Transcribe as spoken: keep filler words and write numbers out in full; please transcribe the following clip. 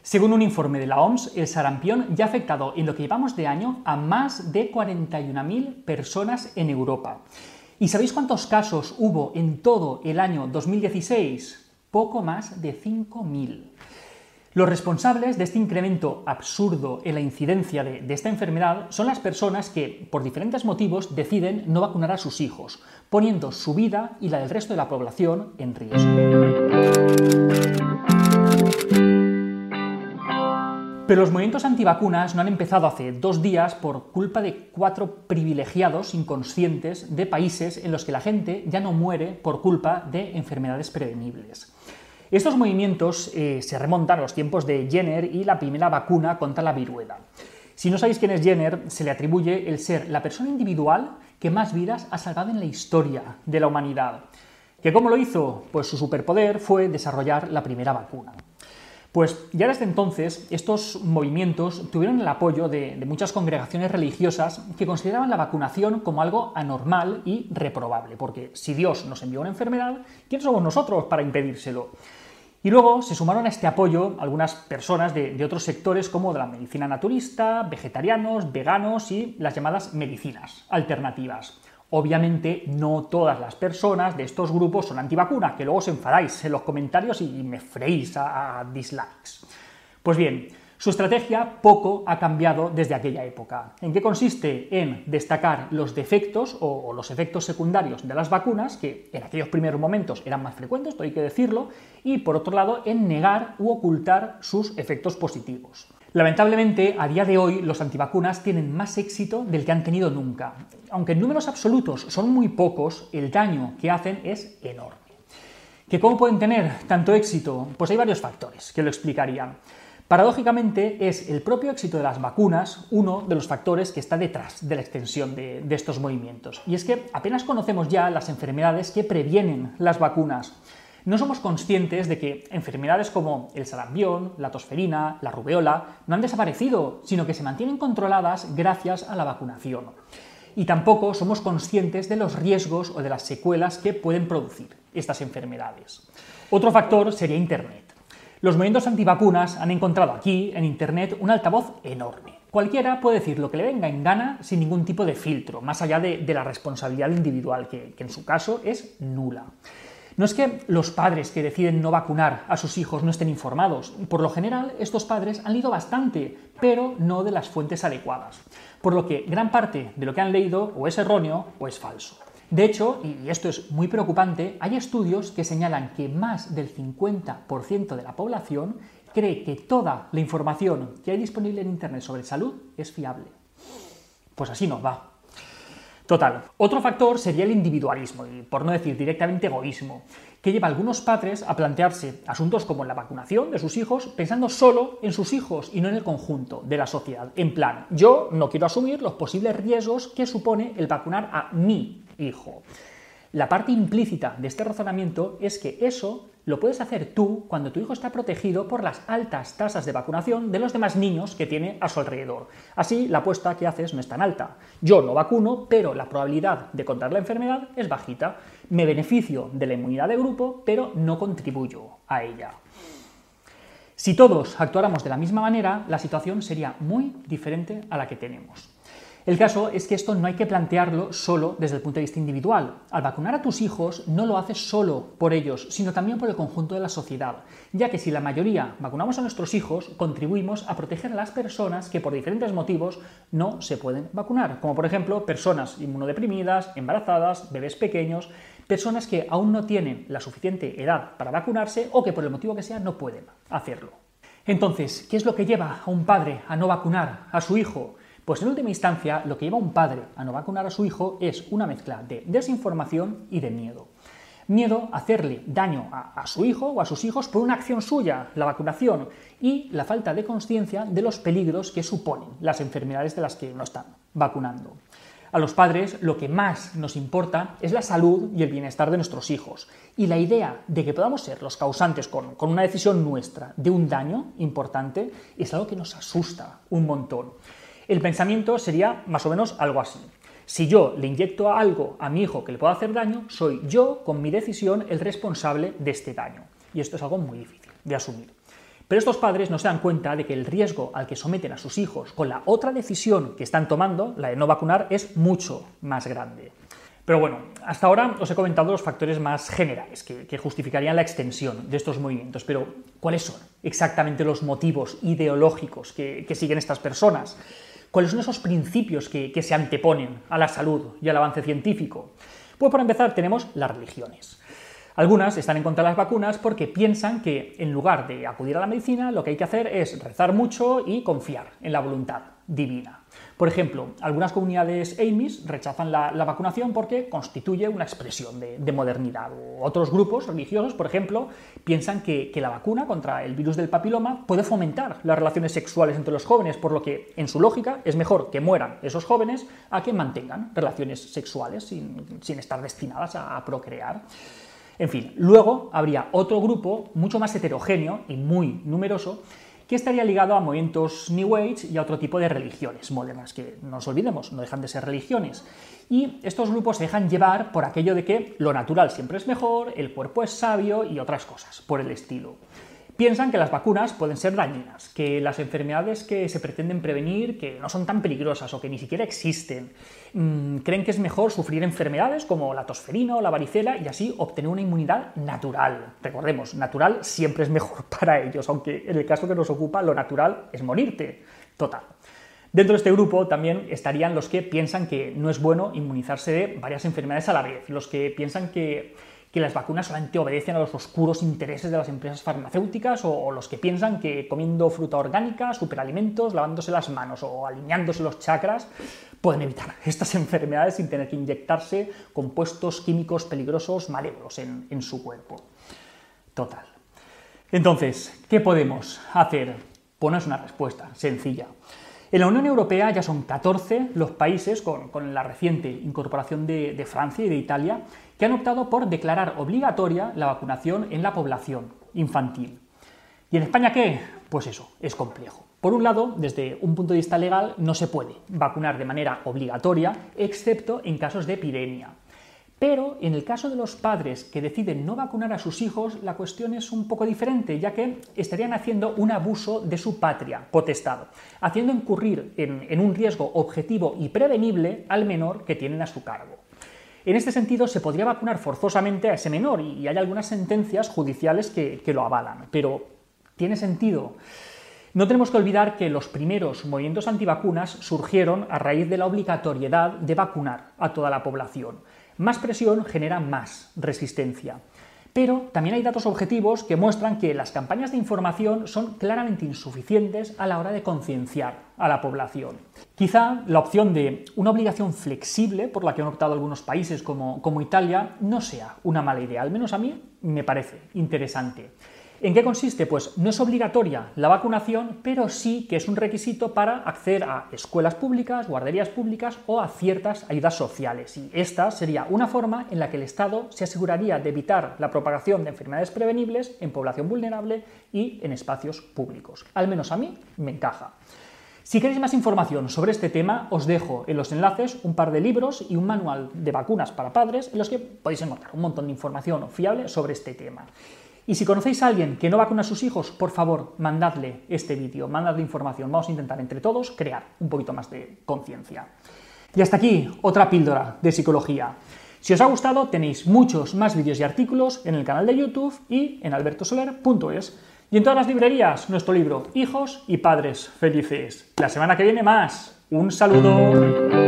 Según un informe de la O M S, el sarampión ya ha afectado en lo que llevamos de año a más de cuarenta y una mil personas en Europa. ¿Y sabéis cuántos casos hubo en todo el año dos mil dieciséis? Poco más de cinco mil. Los responsables de este incremento absurdo en la incidencia de, de esta enfermedad son las personas que, por diferentes motivos, deciden no vacunar a sus hijos, poniendo su vida y la del resto de la población en riesgo. Pero los movimientos antivacunas no han empezado hace dos días por culpa de cuatro privilegiados inconscientes de países en los que la gente ya no muere por culpa de enfermedades prevenibles. Estos movimientos eh, se remontan a los tiempos de Jenner y la primera vacuna contra la viruela. Si no sabéis quién es Jenner, se le atribuye el ser la persona individual que más vidas ha salvado en la historia de la humanidad. ¿Que cómo lo hizo? Pues su superpoder fue desarrollar la primera vacuna. Pues ya desde entonces estos movimientos tuvieron el apoyo de, de muchas congregaciones religiosas que consideraban la vacunación como algo anormal y reprobable, porque si Dios nos envió una enfermedad, ¿quién somos nosotros para impedírselo? Y luego se sumaron a este apoyo algunas personas de, de otros sectores como de la medicina naturista, vegetarianos, veganos y las llamadas medicinas alternativas. Obviamente no todas las personas de estos grupos son antivacunas, que luego os enfadáis en los comentarios y me freís a, a dislikes. Pues bien, su estrategia poco ha cambiado desde aquella época. ¿En qué consiste? En destacar los defectos o, o los efectos secundarios de las vacunas, que en aquellos primeros momentos eran más frecuentes, esto hay que decirlo, y por otro lado en negar u ocultar sus efectos positivos. Lamentablemente, a día de hoy, los antivacunas tienen más éxito del que han tenido nunca. Aunque en números absolutos son muy pocos, el daño que hacen es enorme. ¿Que cómo pueden tener tanto éxito? Pues hay varios factores que lo explicarían. Paradójicamente, es el propio éxito de las vacunas uno de los factores que está detrás de la extensión de, de estos movimientos. Y es que apenas conocemos ya las enfermedades que previenen las vacunas. No somos conscientes de que enfermedades como el sarampión, la tosferina, la rubeola no han desaparecido, sino que se mantienen controladas gracias a la vacunación. Y tampoco somos conscientes de los riesgos o de las secuelas que pueden producir estas enfermedades. Otro factor sería Internet. Los movimientos antivacunas han encontrado aquí, en Internet, un altavoz enorme. Cualquiera puede decir lo que le venga en gana sin ningún tipo de filtro, más allá de, de la responsabilidad individual, que, que en su caso es nula. No es que los padres que deciden no vacunar a sus hijos no estén informados. Por lo general, estos padres han leído bastante, pero no de las fuentes adecuadas. Por lo que gran parte de lo que han leído o es erróneo o es falso. De hecho, y esto es muy preocupante, hay estudios que señalan que más del cincuenta por ciento de la población cree que toda la información que hay disponible en Internet sobre salud es fiable. Pues así nos va. Total. Otro factor sería el individualismo, y por no decir directamente egoísmo, que lleva a algunos padres a plantearse asuntos como la vacunación de sus hijos pensando solo en sus hijos y no en el conjunto de la sociedad. En plan, yo no quiero asumir los posibles riesgos que supone el vacunar a mi hijo. La parte implícita de este razonamiento es que eso lo puedes hacer tú cuando tu hijo está protegido por las altas tasas de vacunación de los demás niños que tiene a su alrededor. Así, la apuesta que haces no es tan alta. Yo no vacuno, pero la probabilidad de contraer la enfermedad es bajita. Me beneficio de la inmunidad de grupo, pero no contribuyo a ella. Si todos actuáramos de la misma manera, la situación sería muy diferente a la que tenemos. El caso es que esto no hay que plantearlo solo desde el punto de vista individual. Al vacunar a tus hijos no lo haces solo por ellos, sino también por el conjunto de la sociedad, ya que si la mayoría vacunamos a nuestros hijos, contribuimos a proteger a las personas que por diferentes motivos no se pueden vacunar, como por ejemplo personas inmunodeprimidas, embarazadas, bebés pequeños, personas que aún no tienen la suficiente edad para vacunarse o que por el motivo que sea no pueden hacerlo. Entonces, ¿qué es lo que lleva a un padre a no vacunar a su hijo? Pues en última instancia, lo que lleva a un padre a no vacunar a su hijo es una mezcla de desinformación y de miedo. Miedo a hacerle daño a, a su hijo o a sus hijos por una acción suya, la vacunación, y la falta de conciencia de los peligros que suponen las enfermedades de las que no están vacunando. A los padres lo que más nos importa es la salud y el bienestar de nuestros hijos. Y la idea de que podamos ser los causantes con, con una decisión nuestra de un daño importante es algo que nos asusta un montón. El pensamiento sería más o menos algo así. Si yo le inyecto algo a mi hijo que le pueda hacer daño, soy yo, con mi decisión, el responsable de este daño. Y esto es algo muy difícil de asumir. Pero estos padres no se dan cuenta de que el riesgo al que someten a sus hijos con la otra decisión que están tomando, la de no vacunar, es mucho más grande. Pero bueno, hasta ahora os he comentado los factores más generales que, que justificarían la extensión de estos movimientos, pero ¿cuáles son exactamente los motivos ideológicos que, que siguen estas personas? ¿Cuáles son esos principios que, que se anteponen a la salud y al avance científico? Pues por empezar tenemos las religiones. Algunas están en contra de las vacunas porque piensan que en lugar de acudir a la medicina lo que hay que hacer es rezar mucho y confiar en la voluntad divina. Por ejemplo, algunas comunidades Amish rechazan la, la vacunación porque constituye una expresión de, de modernidad. O otros grupos religiosos, por ejemplo, piensan que, que la vacuna contra el virus del papiloma puede fomentar las relaciones sexuales entre los jóvenes, por lo que, en su lógica, es mejor que mueran esos jóvenes a que mantengan relaciones sexuales sin, sin estar destinadas a, a procrear. En fin, luego habría otro grupo mucho más heterogéneo y muy numeroso que estaría ligado a movimientos New Age y a otro tipo de religiones modernas, que no nos olvidemos, no dejan de ser religiones. Y estos grupos se dejan llevar por aquello de que lo natural siempre es mejor, el cuerpo es sabio y otras cosas por el estilo. Piensan que las vacunas pueden ser dañinas, que las enfermedades que se pretenden prevenir que no son tan peligrosas o que ni siquiera existen. Mm, creen que es mejor sufrir enfermedades como la tosferina o la varicela y así obtener una inmunidad natural. Recordemos, natural siempre es mejor para ellos, aunque en el caso que nos ocupa lo natural es morirte. Total. Dentro de este grupo también estarían los que piensan que no es bueno inmunizarse de varias enfermedades a la vez, los que piensan que que las vacunas solamente obedecen a los oscuros intereses de las empresas farmacéuticas o, o los que piensan que comiendo fruta orgánica, superalimentos, lavándose las manos o alineándose los chakras pueden evitar estas enfermedades sin tener que inyectarse compuestos químicos peligrosos malévolos en, en su cuerpo. Total. Entonces, ¿qué podemos hacer? Ponos una respuesta sencilla. En la Unión Europea ya son catorce los países, con, con la reciente incorporación de, de Francia y de Italia, que han optado por declarar obligatoria la vacunación en la población infantil. ¿Y en España qué? Pues eso, es complejo. Por un lado, desde un punto de vista legal, no se puede vacunar de manera obligatoria, excepto en casos de epidemia. Pero en el caso de los padres que deciden no vacunar a sus hijos, la cuestión es un poco diferente, ya que estarían haciendo un abuso de su patria potestad, haciendo incurrir en, en un riesgo objetivo y prevenible al menor que tienen a su cargo. En este sentido, se podría vacunar forzosamente a ese menor, y hay algunas sentencias judiciales que, que lo avalan, pero ¿tiene sentido? No tenemos que olvidar que los primeros movimientos antivacunas surgieron a raíz de la obligatoriedad de vacunar a toda la población. Más presión genera más resistencia. Pero también hay datos objetivos que muestran que las campañas de información son claramente insuficientes a la hora de concienciar a la población. Quizá la opción de una obligación flexible, por la que han optado algunos países como, como Italia, no sea una mala idea, al menos a mí me parece interesante. ¿En qué consiste? Pues no es obligatoria la vacunación, pero sí que es un requisito para acceder a escuelas públicas, guarderías públicas o a ciertas ayudas sociales. Y esta sería una forma en la que el Estado se aseguraría de evitar la propagación de enfermedades prevenibles en población vulnerable y en espacios públicos. Al menos a mí me encaja. Si queréis más información sobre este tema, os dejo en los enlaces un par de libros y un manual de vacunas para padres en los que podéis encontrar un montón de información fiable sobre este tema. Y si conocéis a alguien que no vacuna a sus hijos, por favor, mandadle este vídeo, mandadle información. Vamos a intentar entre todos crear un poquito más de conciencia. Y hasta aquí otra píldora de psicología. Si os ha gustado, tenéis muchos más vídeos y artículos en el canal de YouTube y en alberto soler punto es. Y en todas las librerías, nuestro libro Hijos y Padres Felices. La semana que viene más. Un saludo.